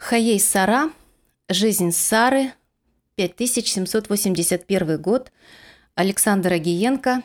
Хаей Сара. Жизнь Сары. 5781 год. Александр Агиенко.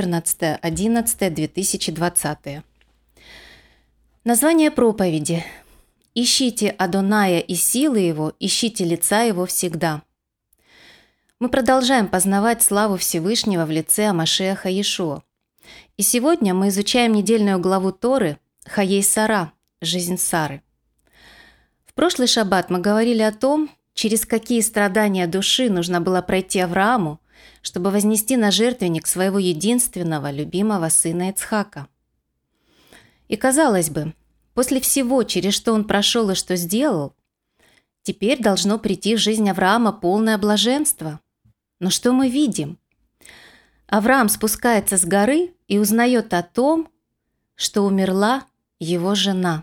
14.11.2020. Название проповеди. «Ищите Адоная и силы Его, ищите лица Его всегда». Мы продолжаем познавать славу Всевышнего в лице Амашеха Иешуа. И сегодня мы изучаем недельную главу Торы «Хаей Сара. Жизнь Сары». В прошлый шаббат мы говорили о том, через какие страдания души нужно было пройти Аврааму, чтобы вознести на жертвенник своего единственного любимого сына Ицхака. И казалось бы, после всего, через что он прошел и что сделал, теперь должно прийти в жизнь Авраама полное блаженство. Но что мы видим? Авраам спускается с горы и узнает о том, что умерла его жена.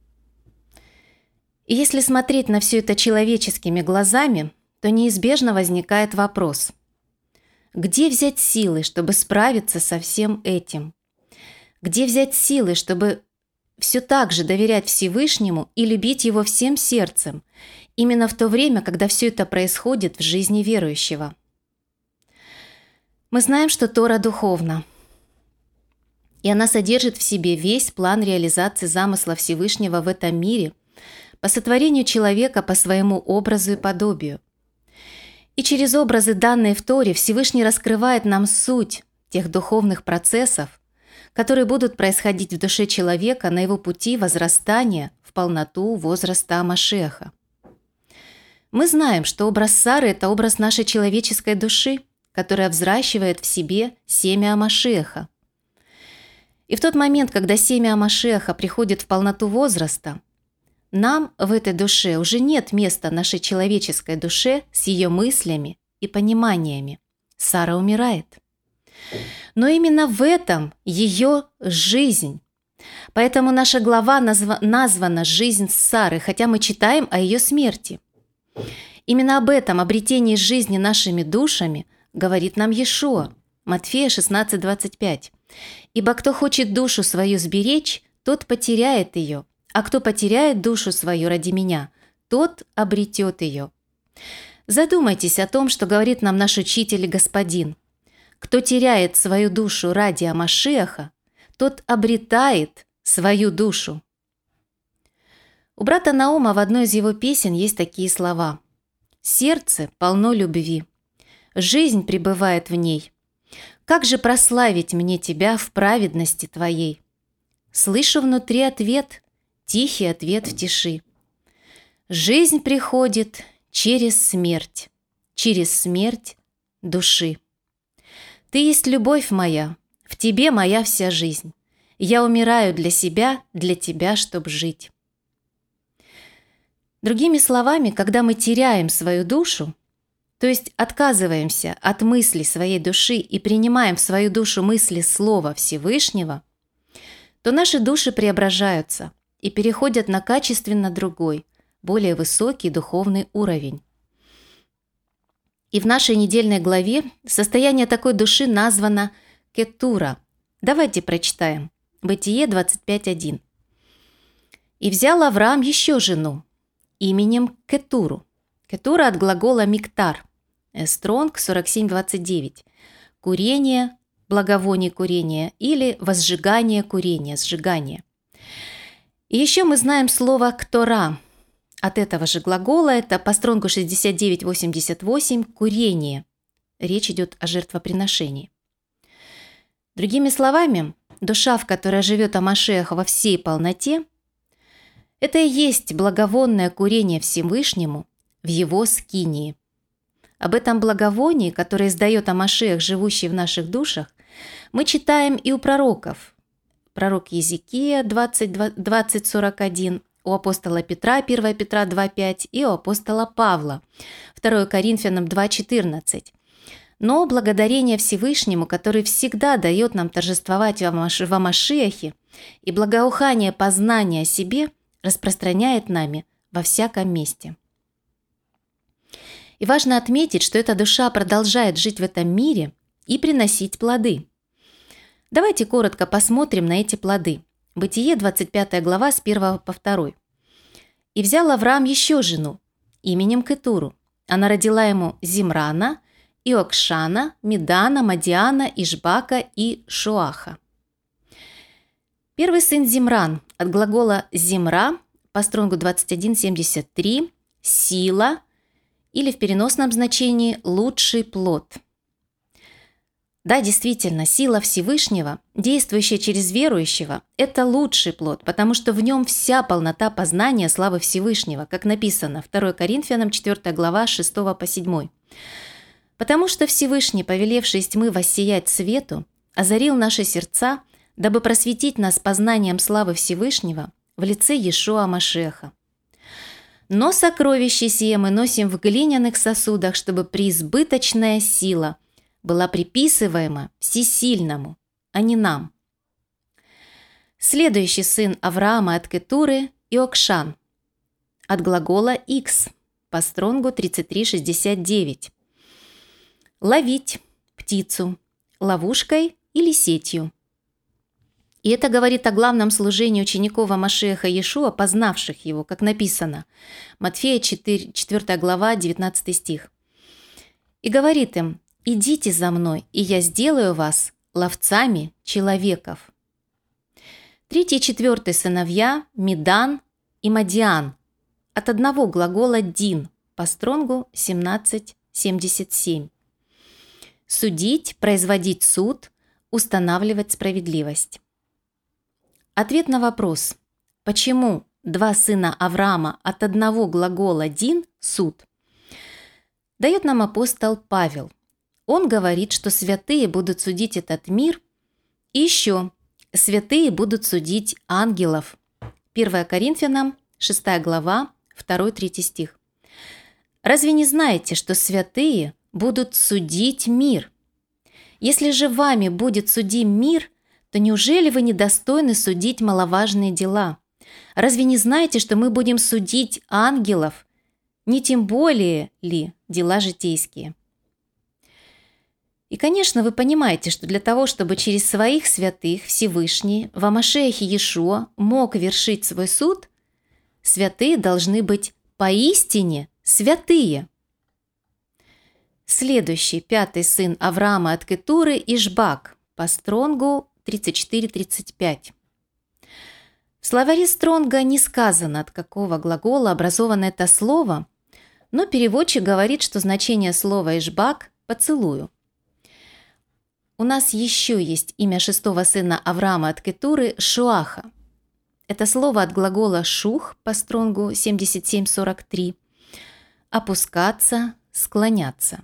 И если смотреть на все это человеческими глазами, то неизбежно возникает вопрос: где взять силы, чтобы справиться со всем этим? Где взять силы, чтобы все так же доверять Всевышнему и любить Его всем сердцем, именно в то время, когда все это происходит в жизни верующего? Мы знаем, что Тора духовна, и она содержит в себе весь план реализации замысла Всевышнего в этом мире по сотворению человека по своему образу и подобию. И через образы, данные в Торе, Всевышний раскрывает нам суть тех духовных процессов, которые будут происходить в душе человека на его пути возрастания в полноту возраста Машеха. Мы знаем, что образ Сары – это образ нашей человеческой души, которая взращивает в себе семя Машеха. И в тот момент, когда семя Машеха приходит в полноту возраста, нам в этой душе уже нет места нашей человеческой душе с ее мыслями и пониманиями. Сара умирает. Но именно в этом ее жизнь. Поэтому наша глава названа «Жизнь Сары», хотя мы читаем о ее смерти. Именно об этом обретении жизни нашими душами говорит нам Иешуа, Матфея 16:25. «Ибо кто хочет душу свою сберечь, тот потеряет ее, а кто потеряет душу свою ради меня, тот обретет ее». Задумайтесь о том, что говорит нам наш учитель и господин. Кто теряет свою душу ради Амашеха, тот обретает свою душу. У брата Наума в одной из его песен есть такие слова: «Сердце полно любви, жизнь пребывает в ней. Как же прославить мне тебя в праведности твоей?» Слышу внутри ответ, тихий ответ в тиши. Жизнь приходит через смерть души. Ты есть любовь моя, в тебе моя вся жизнь. Я умираю для себя, для тебя, чтоб жить. Другими словами, когда мы теряем свою душу, то есть отказываемся от мыслей своей души и принимаем в свою душу мысли Слова Всевышнего, то наши души преображаются и переходят на качественно другой, более высокий духовный уровень. И в нашей недельной главе состояние такой души названо кетура. Давайте прочитаем. Бытие 25:1. «И взял Авраам еще жену именем Кетуру». Кетура от глагола «миктар». Стронг 47:29. Курение, благовоние курения или возжигание курения, сжигание. И еще мы знаем слово «ктора». От этого же глагола это по Стронгу 69:88 курение. Речь идет о жертвоприношении. Другими словами, душа, в которой живет Амашех во всей полноте, это и есть благовонное курение Всевышнему в его скинии. Об этом благовонии, которое издает Амашех, живущий в наших душах, мы читаем и у пророков. Пророк Иезекия 20:41, у апостола Петра 1 Петра 2:5 и у апостола Павла 2 Коринфянам 2:14. Но благодарение Всевышнему, который всегда дает нам торжествовать в Амашиахе, и благоухание познания о себе распространяет нами во всяком месте. И важно отметить, что эта душа продолжает жить в этом мире и приносить плоды. Давайте коротко посмотрим на эти плоды. Бытие, 25 глава, с 1 по 2. И взял Авраам еще жену именем Кетуру. Она родила ему Зимрана, Иокшана, Медана, Мадиана, Ишбака и Шуаха. Первый сын Зимран от глагола «зимра» по стронгу 2173 – «сила» или в переносном значении «лучший плод». Да, действительно, сила Всевышнего, действующая через верующего, это лучший плод, потому что в нем вся полнота познания славы Всевышнего, как написано 2 Коринфянам 4 глава 6 по 7. Потому что Всевышний, повелевший из тьмы воссиять свету, озарил наши сердца, дабы просветить нас познанием славы Всевышнего в лице Иешуа Машеха. Но сокровище сие мы носим в глиняных сосудах, чтобы преизбыточная сила была приписываема всесильному, а не нам. Следующий сын Авраама от Кетуры – Иокшан, от глагола «икс» по стронгу 3369. Ловить птицу ловушкой или сетью. И это говорит о главном служении учеников Машеха Иешуа, познавших его, как написано, Матфея 4 глава, 19 стих. И говорит им: «Идите за мной, и я сделаю вас ловцами человеков». Третий и четвертый сыновья – Медан и Мадиан, от одного глагола «дин» по стронгу 1777. Судить, производить суд, устанавливать справедливость. Ответ на вопрос, почему два сына Авраама от одного глагола «дин» – суд, дает нам апостол Павел. Он говорит, что святые будут судить этот мир, и еще святые будут судить ангелов. 1 Коринфянам 6 глава 2-3 стих. Разве не знаете, что святые будут судить мир? Если же вами будет судим мир, то неужели вы недостойны судить маловажные дела? Разве не знаете, что мы будем судить ангелов, не тем более ли дела житейские? И, конечно, вы понимаете, что для того, чтобы через своих святых Всевышний во Машеахе Иешуа мог вершить свой суд, святые должны быть поистине святые. Следующий, пятый сын Авраама от Кетуры – Ишбак, по стронгу 34-35. В словаре Стронга не сказано, от какого глагола образовано это слово, но переводчик говорит, что значение слова «ишбак» – «поцелую». У нас еще есть имя шестого сына Авраама от Кетуры – Шуаха. Это слово от глагола «шух» по стронгу 77-43 – «опускаться», «склоняться».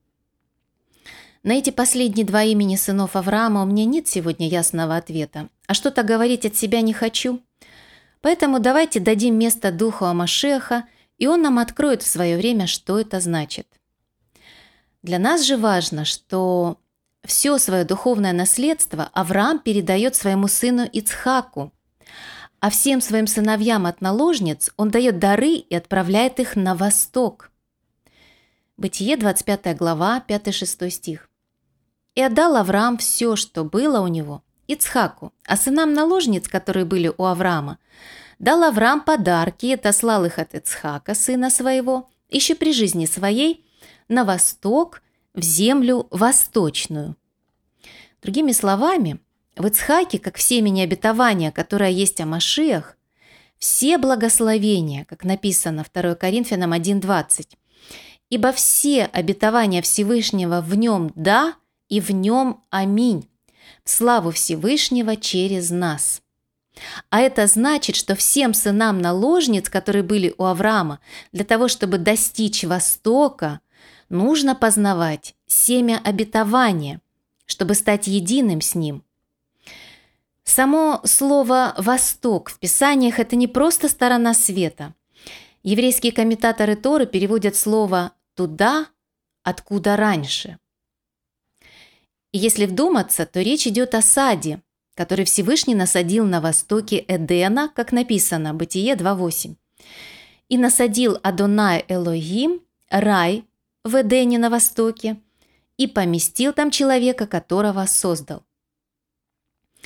На эти последние два имени сынов Авраама у меня нет сегодня ясного ответа, а что-то говорить от себя не хочу. Поэтому давайте дадим место Духу Машеха, и он нам откроет в свое время, что это значит. Для нас же важно, что все свое духовное наследство Авраам передает своему сыну Ицхаку, а всем своим сыновьям от наложниц он дает дары и отправляет их на восток. Бытие, 25 глава, 5-6 стих. «И отдал Авраам все, что было у него, Ицхаку, а сынам наложниц, которые были у Авраама, дал Авраам подарки и отослал их от Ицхака, сына своего, еще при жизни своей, на восток, в землю восточную». Другими словами, в Ицхаке, как в семени обетования, которое есть о Машиах, все благословения, как написано 2 Коринфянам 1:20, ибо все обетования Всевышнего в нем «да» и в нем «аминь», в славу Всевышнего через нас. А это значит, что всем сынам наложниц, которые были у Авраама, для того, чтобы достичь Востока, нужно познавать семя обетования, чтобы стать единым с ним. Само слово «восток» в Писаниях – это не просто сторона света. Еврейские комментаторы Торы переводят слово «туда», «откуда раньше». И если вдуматься, то речь идет о саде, который Всевышний насадил на востоке Эдена, как написано, Бытие 2:8. «И насадил Адонай Элохим рай в Эдене на востоке, и поместил там человека, которого создал».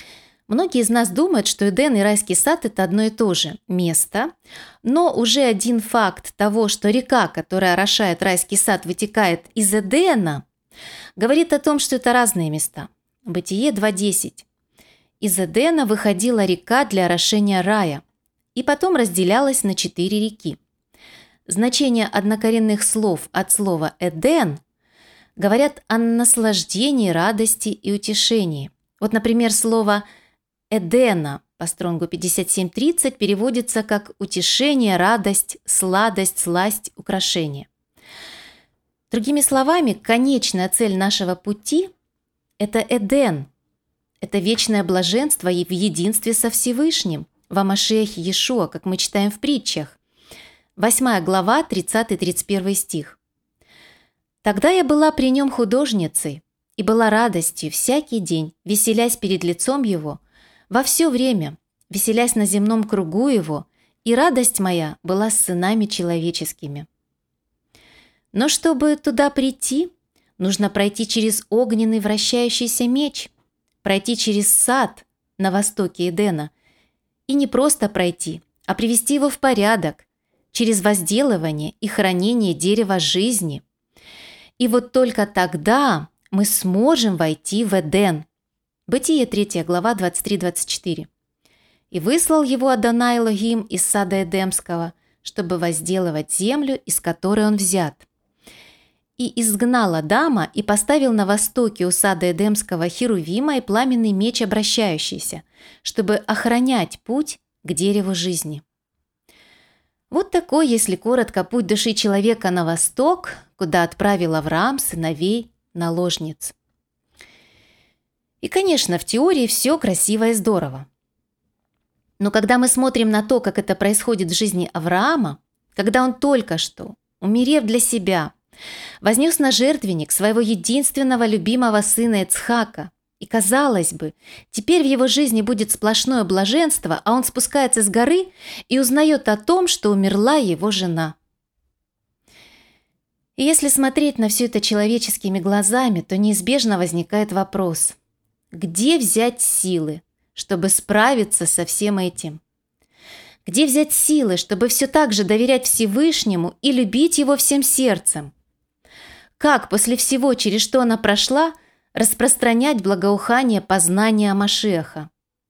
Многие из нас думают, что Эден и райский сад – это одно и то же место, но уже один факт того, что река, которая орошает райский сад, вытекает из Эдена, говорит о том, что это разные места. Бытие 2.10. Из Эдена выходила река для орошения рая, и потом разделялась на 4 реки. Значение однокоренных слов от слова «Эден» говорят о наслаждении, радости и утешении. Вот, например, слово «Эдена» по Стронгу 57.30 переводится как «утешение», «радость», «сладость», «сласть», «украшение». Другими словами, конечная цель нашего пути – это Эден. Это вечное блаженство и в единстве со Всевышним, во Машиахе Иешуа, как мы читаем в притчах. 8 глава, 30-31 стих. «Тогда я была при нем художницей, и была радостью всякий день, веселясь перед лицом его, во все время, веселясь на земном кругу его, и радость моя была с сынами человеческими». Но чтобы туда прийти, нужно пройти через огненный вращающийся меч, пройти через сад на востоке Эдена, и не просто пройти, а привести его в порядок, через возделывание и хранение дерева жизни. И вот только тогда мы сможем войти в Эден. Бытие 3 глава 23-24. «И выслал его Адонай Элохим из сада Эдемского, чтобы возделывать землю, из которой он взят. И изгнал Адама и поставил на востоке у сада Эдемского херувима и пламенный меч обращающийся, чтобы охранять путь к дереву жизни». Вот такой, если коротко, путь души человека на восток, куда отправил Авраам сыновей наложниц. И, конечно, в теории все красиво и здорово. Но когда мы смотрим на то, как это происходит в жизни Авраама, когда он только что, умерев для себя, вознес на жертвенник своего единственного любимого сына Ицхака, и, казалось бы, теперь в его жизни будет сплошное блаженство, а он спускается с горы и узнает о том, что умерла его жена. И если смотреть на все это человеческими глазами, то неизбежно возникает вопрос: где взять силы, чтобы справиться со всем этим? Где взять силы, чтобы все так же доверять Всевышнему и любить Его всем сердцем? Как после всего, через что она прошла, распространять благоухание познания Машиаха?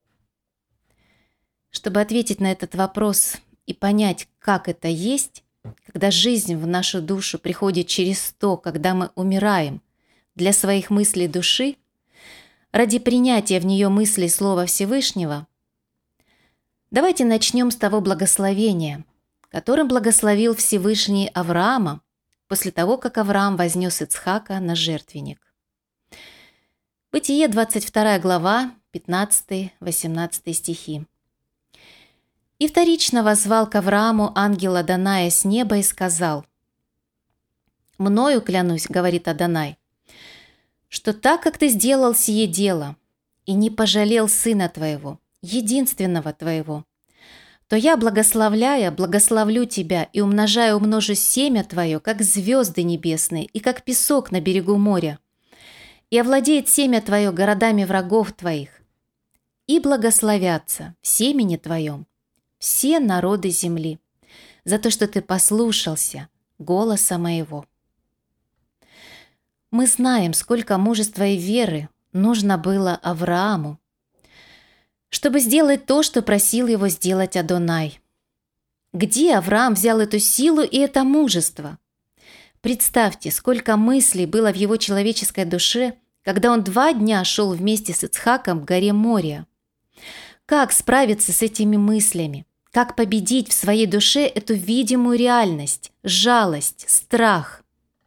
Чтобы ответить на этот вопрос и понять, как это есть, когда жизнь в нашу душу приходит через то, когда мы умираем для своих мыслей души, ради принятия в нее мыслей Слова Всевышнего, давайте начнем с того благословения, которым благословил Всевышний Авраама после того, как Авраам вознес Ицхака на жертвенник. Бытие 22 глава, 15-18 стихи. «И вторично воззвал к Аврааму ангел Адоная с неба и сказал: «Мною клянусь, — говорит Адонай, — что так как ты сделал сие дело и не пожалел сына твоего, единственного твоего, то я, благословляя, благословлю тебя и умножу семя твое, как звезды небесные и как песок на берегу моря, и овладеет семя твое городами врагов твоих, и благословятся в семени твоем все народы земли, за то, что ты послушался голоса моего». Мы знаем, сколько мужества и веры нужно было Аврааму, чтобы сделать то, что просил его сделать Адонай. Где Авраам взял эту силу и это мужество? Представьте, сколько мыслей было в его человеческой душе, когда он 2 дня шел вместе с Ицхаком в горе Мория. Как справиться с этими мыслями? Как победить в своей душе эту видимую реальность, жалость, страх?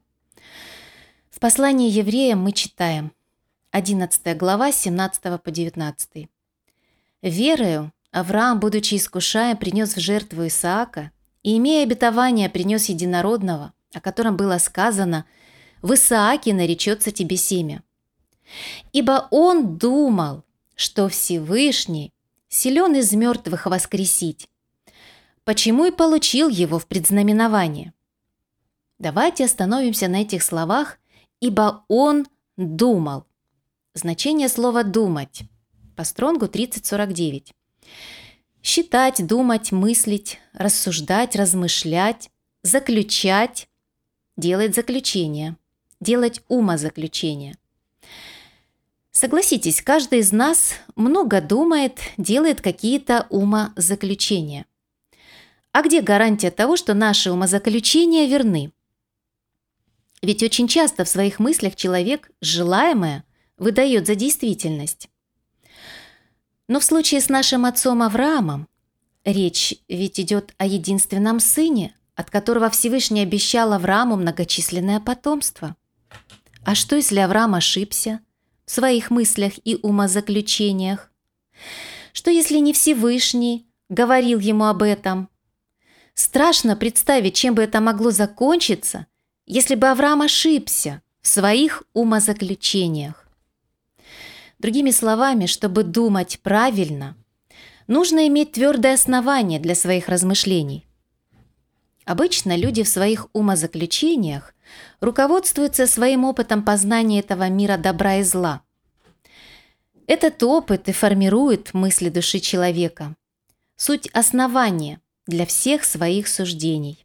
В послании евреям мы читаем, 11 глава, 17 по 19. «Верою Авраам, будучи искушаем, принес в жертву Исаака, и, имея обетование, принес единородного, о котором было сказано: в Исааке наречется тебе семя. Ибо он думал, что Всевышний силен из мертвых воскресить, почему и получил его в предзнаменование». Давайте остановимся на этих словах: «ибо он думал». Значение слова «думать». по Стронгу 3049. Считать, думать, мыслить, рассуждать, размышлять, заключать, делать заключение, делать умозаключение. Согласитесь, каждый из нас много думает, делает какие-то умозаключения. А где гарантия того, что наши умозаключения верны? Ведь очень часто в своих мыслях человек желаемое выдает за действительность. Но в случае с нашим отцом Авраамом речь ведь идет о единственном сыне, от которого Всевышний обещал Аврааму многочисленное потомство. А что, если Авраам ошибся в своих мыслях и умозаключениях? Что, если не Всевышний говорил ему об этом? Страшно представить, чем бы это могло закончиться, если бы Авраам ошибся в своих умозаключениях. Другими словами, чтобы думать правильно, нужно иметь твердое основание для своих размышлений. Обычно люди в своих умозаключениях руководствуются своим опытом познания этого мира добра и зла. Этот опыт и формирует мысли души человека, суть основания для всех своих суждений.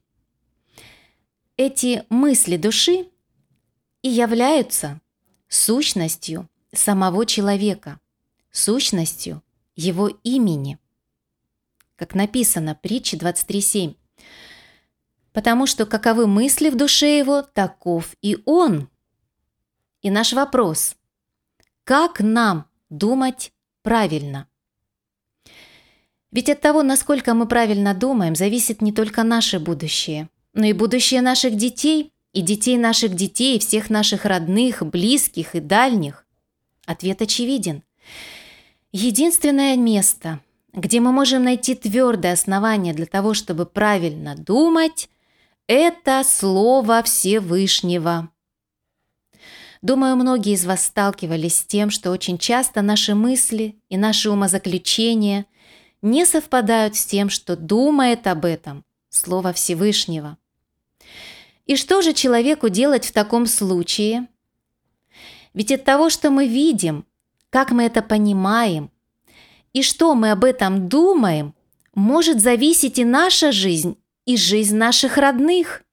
Эти мысли души и являются сущностью самого человека, сущностью его имени. Как написано в притче 23:7. Потому что каковы мысли в душе его, таков и он. И наш вопрос: как нам думать правильно? Ведь от того, насколько мы правильно думаем, зависит не только наше будущее, но и будущее наших детей, и детей наших детей, и всех наших родных, близких и дальних. Ответ очевиден. Единственное место, где мы можем найти твердое основание для того, чтобы правильно думать, это Слово Всевышнего. Думаю, многие из вас сталкивались с тем, что очень часто наши мысли и наши умозаключения не совпадают с тем, что думает об этом Слово Всевышнего. И что же человеку делать в таком случае? Ведь от того, что мы видим, как мы это понимаем, и что мы об этом думаем, может зависеть и наша жизнь, и жизнь наших родных.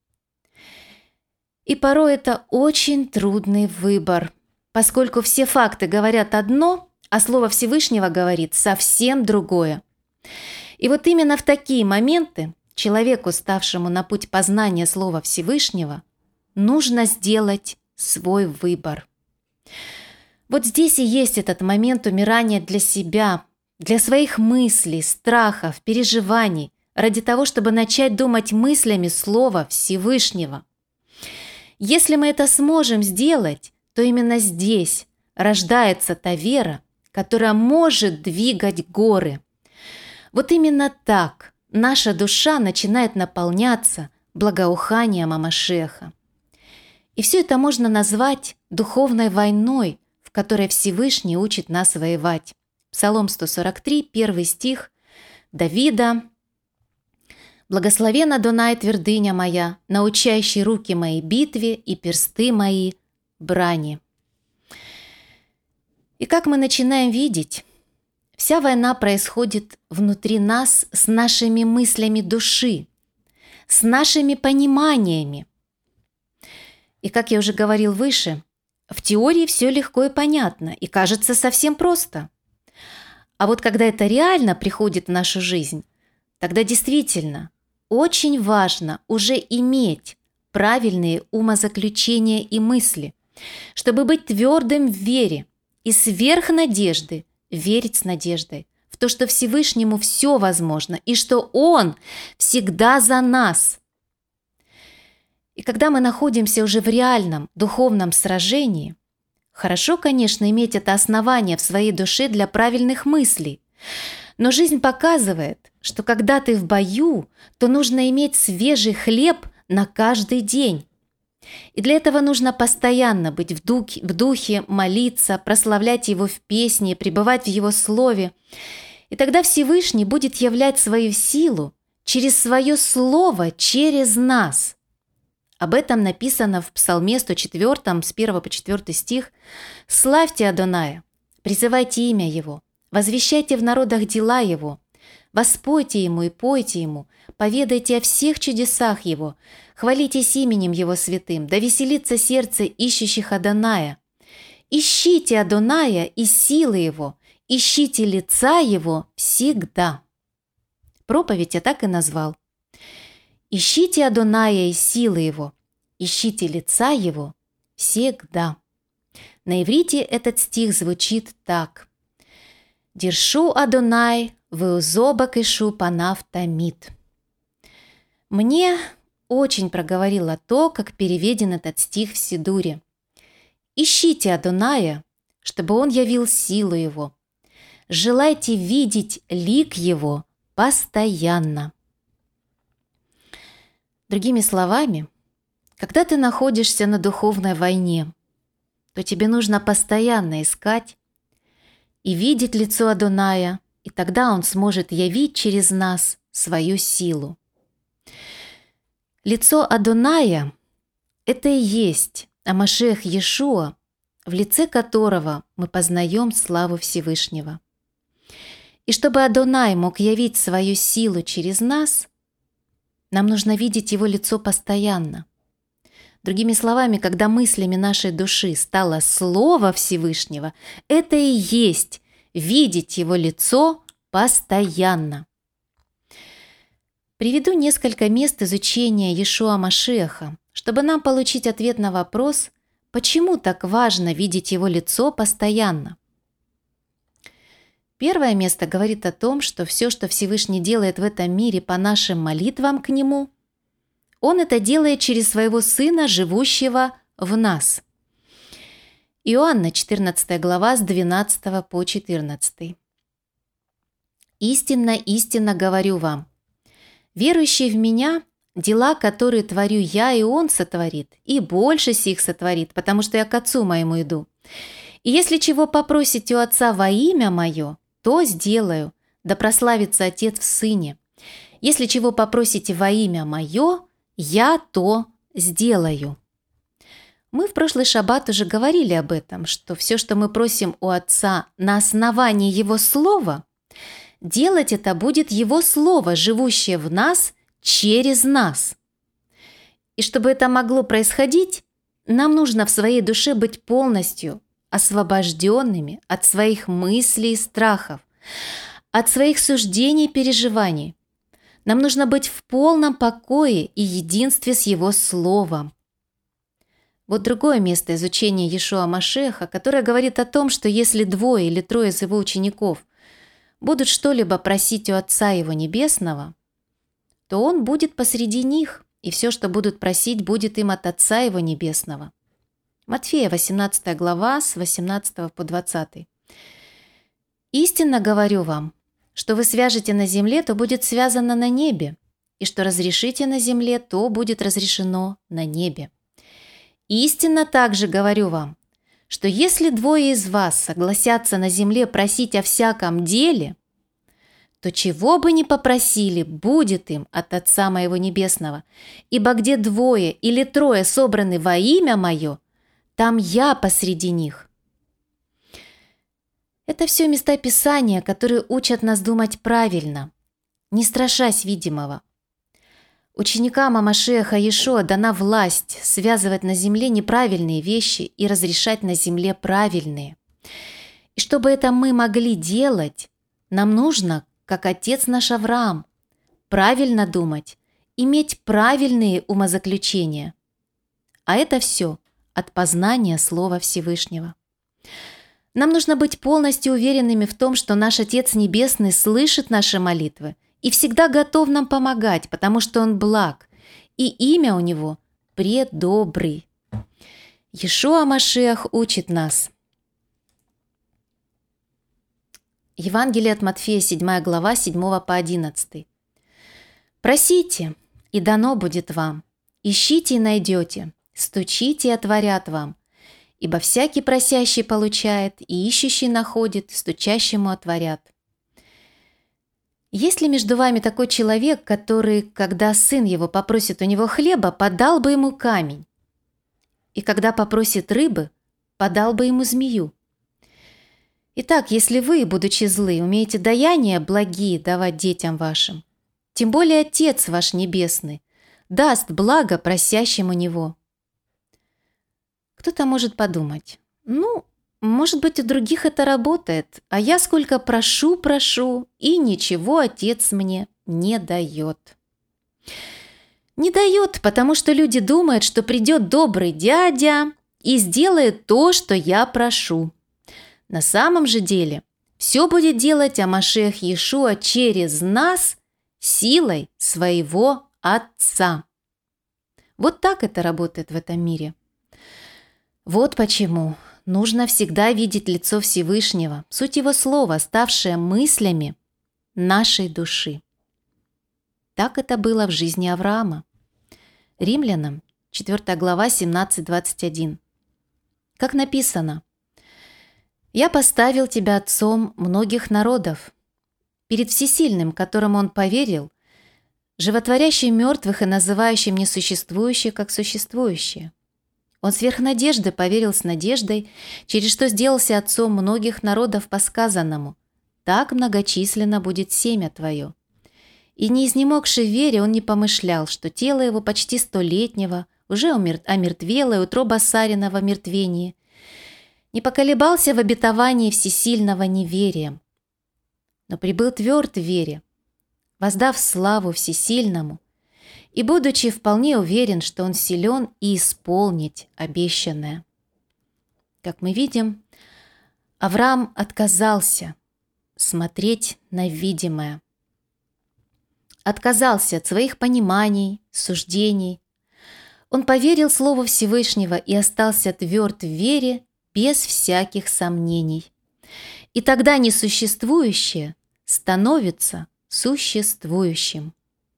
И порой это очень трудный выбор, поскольку все факты говорят одно, а Слово Всевышнего говорит совсем другое. И вот именно в такие моменты человеку, ставшему на путь познания Слова Всевышнего, нужно сделать свой выбор. Вот здесь и есть этот момент умирания для себя, для своих мыслей, страхов, переживаний, ради того, чтобы начать думать мыслями Слова Всевышнего. Если мы это сможем сделать, то именно здесь рождается та вера, которая может двигать горы. Вот именно так наша душа начинает наполняться благоуханием Машиаха. И все это можно назвать духовной войной, в которой Всевышний учит нас воевать. Псалом 143, 1 стих Давида. «Благословен Адонай, твердыня моя, научающий руки мои битве и персты мои брани». И как мы начинаем видеть, вся война происходит внутри нас с нашими мыслями души, с нашими пониманиями. И как я уже говорил выше, в теории все легко и понятно, и кажется совсем просто. А вот когда это реально приходит в нашу жизнь, тогда действительно очень важно уже иметь правильные умозаключения и мысли, чтобы быть твердым в вере и сверх надежды верить с надеждой в то, что Всевышнему все возможно и что Он всегда за нас. И когда мы находимся уже в реальном духовном сражении, хорошо, конечно, иметь это основание в своей душе для правильных мыслей, но жизнь показывает, что когда ты в бою, то нужно иметь свежий хлеб на каждый день. И для этого нужно постоянно быть в духе, молиться, прославлять Его в песне, пребывать в Его слове. И тогда Всевышний будет являть свою силу через свое слово, через нас. Об этом написано в Псалме 104, с 1 по 4 стих. «Славьте Адоная, Призывайте имя Его, возвещайте в народах дела Его, воспойте Ему и пойте Ему, поведайте о всех чудесах Его, хвалитесь именем Его святым, да веселится сердце ищущих Адоная. Ищите Адоная и силы Его, ищите лица Его всегда». Проповедь я так и назвал. Ищите Адоная и силы Его, ищите лица Его всегда. На иврите этот стих звучит так. «Диршу Адонай, веузоба кишу панав тамид». Мне очень проговорило то, как переведен этот стих в Сидуре. Ищите Адоная, чтобы Он явил силу Его. Желайте видеть лик Его постоянно. Другими словами, когда ты находишься на духовной войне, то тебе нужно постоянно искать и видеть лицо Адоная, и тогда Он сможет явить через нас свою силу. Лицо Адоная – это и есть Амашиах Иешуа, в лице которого мы познаем славу Всевышнего. И чтобы Адонай мог явить свою силу через нас, нам нужно видеть Его лицо постоянно. Другими словами, когда мыслями нашей души стало Слово Всевышнего, это и есть видеть Его лицо постоянно. Приведу несколько мест изучения Иешуа Машиаха, чтобы нам получить ответ на вопрос, почему так важно видеть Его лицо постоянно. Первое место говорит о том, что все, что Всевышний делает в этом мире по нашим молитвам к Нему, Он это делает через Своего Сына, живущего в нас. Иоанна, 14 глава, с 12 по 14. «Истинно, истинно говорю вам, верующий в Меня, дела, которые творю Я, и Он сотворит, и больше сих сотворит, потому что Я к Отцу Моему иду. И если чего попросите у Отца во имя Мое, то сделаю, да прославится Отец в Сыне. Если чего попросите во имя Мое, Я то сделаю». Мы в прошлый шаббат уже говорили об этом, что все, что мы просим у Отца на основании Его Слова, делать это будет Его Слово, живущее в нас через нас. И чтобы это могло происходить, нам нужно в своей душе быть полностью освобожденными от своих мыслей и страхов, от своих суждений и переживаний. Нам нужно быть в полном покое и единстве с Его Словом. Вот другое место изучения Иешуа Машиаха, которое говорит о том, что если 2 или 3 из Его учеников будут что-либо просить у Отца Его Небесного, то Он будет посреди них, и все, что будут просить, будет им от Отца Его Небесного. Матфея, 18 глава, с 18 по 20. «Истинно говорю вам, что вы свяжете на земле, то будет связано на небе, и что разрешите на земле, то будет разрешено на небе. Истинно также говорю вам, что если 2 из вас согласятся на земле просить о всяком деле, то чего бы ни попросили, будет им от Отца Моего Небесного. Ибо где 2 или 3 собраны во имя Мое, там Я посреди них». Это все места Писания, которые учат нас думать правильно, не страшась видимого. Ученикам Амашиаха Иешуа дана власть связывать на земле неправильные вещи и разрешать на земле правильные. И чтобы это мы могли делать, нам нужно, как отец наш Авраам, правильно думать, иметь правильные умозаключения. А это все от познания Слова Всевышнего. Нам нужно быть полностью уверенными в том, что наш Отец Небесный слышит наши молитвы и всегда готов нам помогать, потому что Он благ, и имя у Него предобрый. Иешуа Машиах учит нас. Евангелие от Матфея, 7 глава, 7 по 11. «Просите, и дано будет вам, ищите и найдете, стучите и отворят вам. Ибо всякий просящий получает, и ищущий находит, стучащему отворят. Есть ли между вами такой человек, который, когда сын его попросит у него хлеба, подал бы ему камень? И когда попросит рыбы, подал бы ему змею? Итак, если вы, будучи злы, умеете даяния благие давать детям вашим, тем более Отец ваш Небесный даст благо просящим у Него. Кто-то может подумать, может быть, у других это работает, а я сколько прошу, и ничего Отец мне не дает. Не дает, потому что люди думают, что придет добрый дядя и сделает то, что я прошу. На самом же деле все будет делать Амашиах Иешуа через нас силой своего Отца. Вот так это работает в этом мире. Вот почему нужно всегда видеть лицо Всевышнего, суть Его слова, ставшее мыслями нашей души. Так это было в жизни Авраама. Римлянам, 4 глава, 17-21. Как написано: «Я поставил тебя отцом многих народов, перед Всесильным, которому он поверил, животворящим мертвых и называющим несуществующее как существующее. Он сверх надежды поверил с надеждой, через что сделался отцом многих народов по сказанному: так многочисленно будет семя твое. И не изнемогши в вере, он не помышлял, что тело его почти 100-летнего уже омертвело, и утроба Сарина в омертвении. Не поколебался в обетовании всесильного неверием, но прибыл тверд в вере, воздав славу всесильному, и будучи вполне уверен, что он силен и исполнить обещанное». Как мы видим, Авраам отказался смотреть на видимое. Отказался от своих пониманий, суждений. Он поверил Слову Всевышнего и остался тверд в вере без всяких сомнений. И тогда несуществующее становится существующим.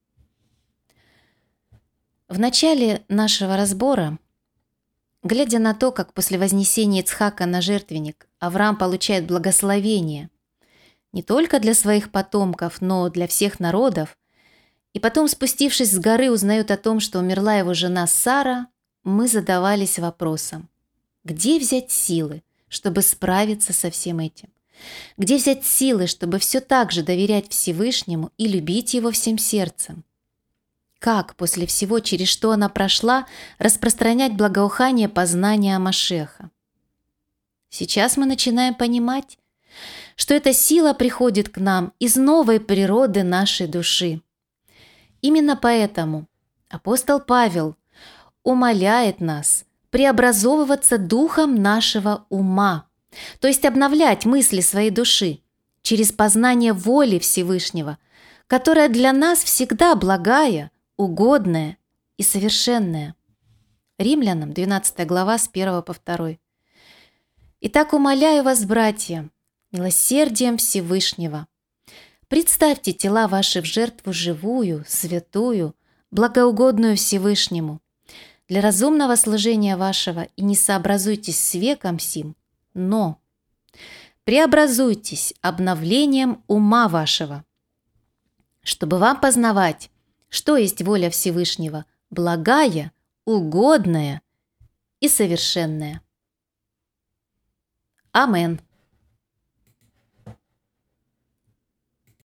В начале нашего разбора, глядя на то, как после вознесения Ицхака на жертвенник Авраам получает благословение не только для своих потомков, но для всех народов, и потом, спустившись с горы, узнает о том, что умерла его жена Сара, мы задавались вопросом: где взять силы, чтобы справиться со всем этим? Где взять силы, чтобы все так же доверять Всевышнему и любить Его всем сердцем? Как после всего, через что она прошла, распространять благоухание познания Машеха? Сейчас мы начинаем понимать, что эта сила приходит к нам из новой природы нашей души. Именно поэтому апостол Павел умоляет нас преобразовываться духом нашего ума, то есть обновлять мысли своей души через познание воли Всевышнего, которая для нас всегда благая, угодная и совершенная. Римлянам, 12 глава, с 1 по 2. «Итак, умоляю вас, братья, милосердием Всевышнего, представьте тела ваши в жертву живую, святую, благоугодную Всевышнему, для разумного служения вашего, и не сообразуйтесь с веком сим, но преобразуйтесь обновлением ума вашего, чтобы вам познавать, что есть воля Всевышнего, благая, угодная и совершенная». Амен.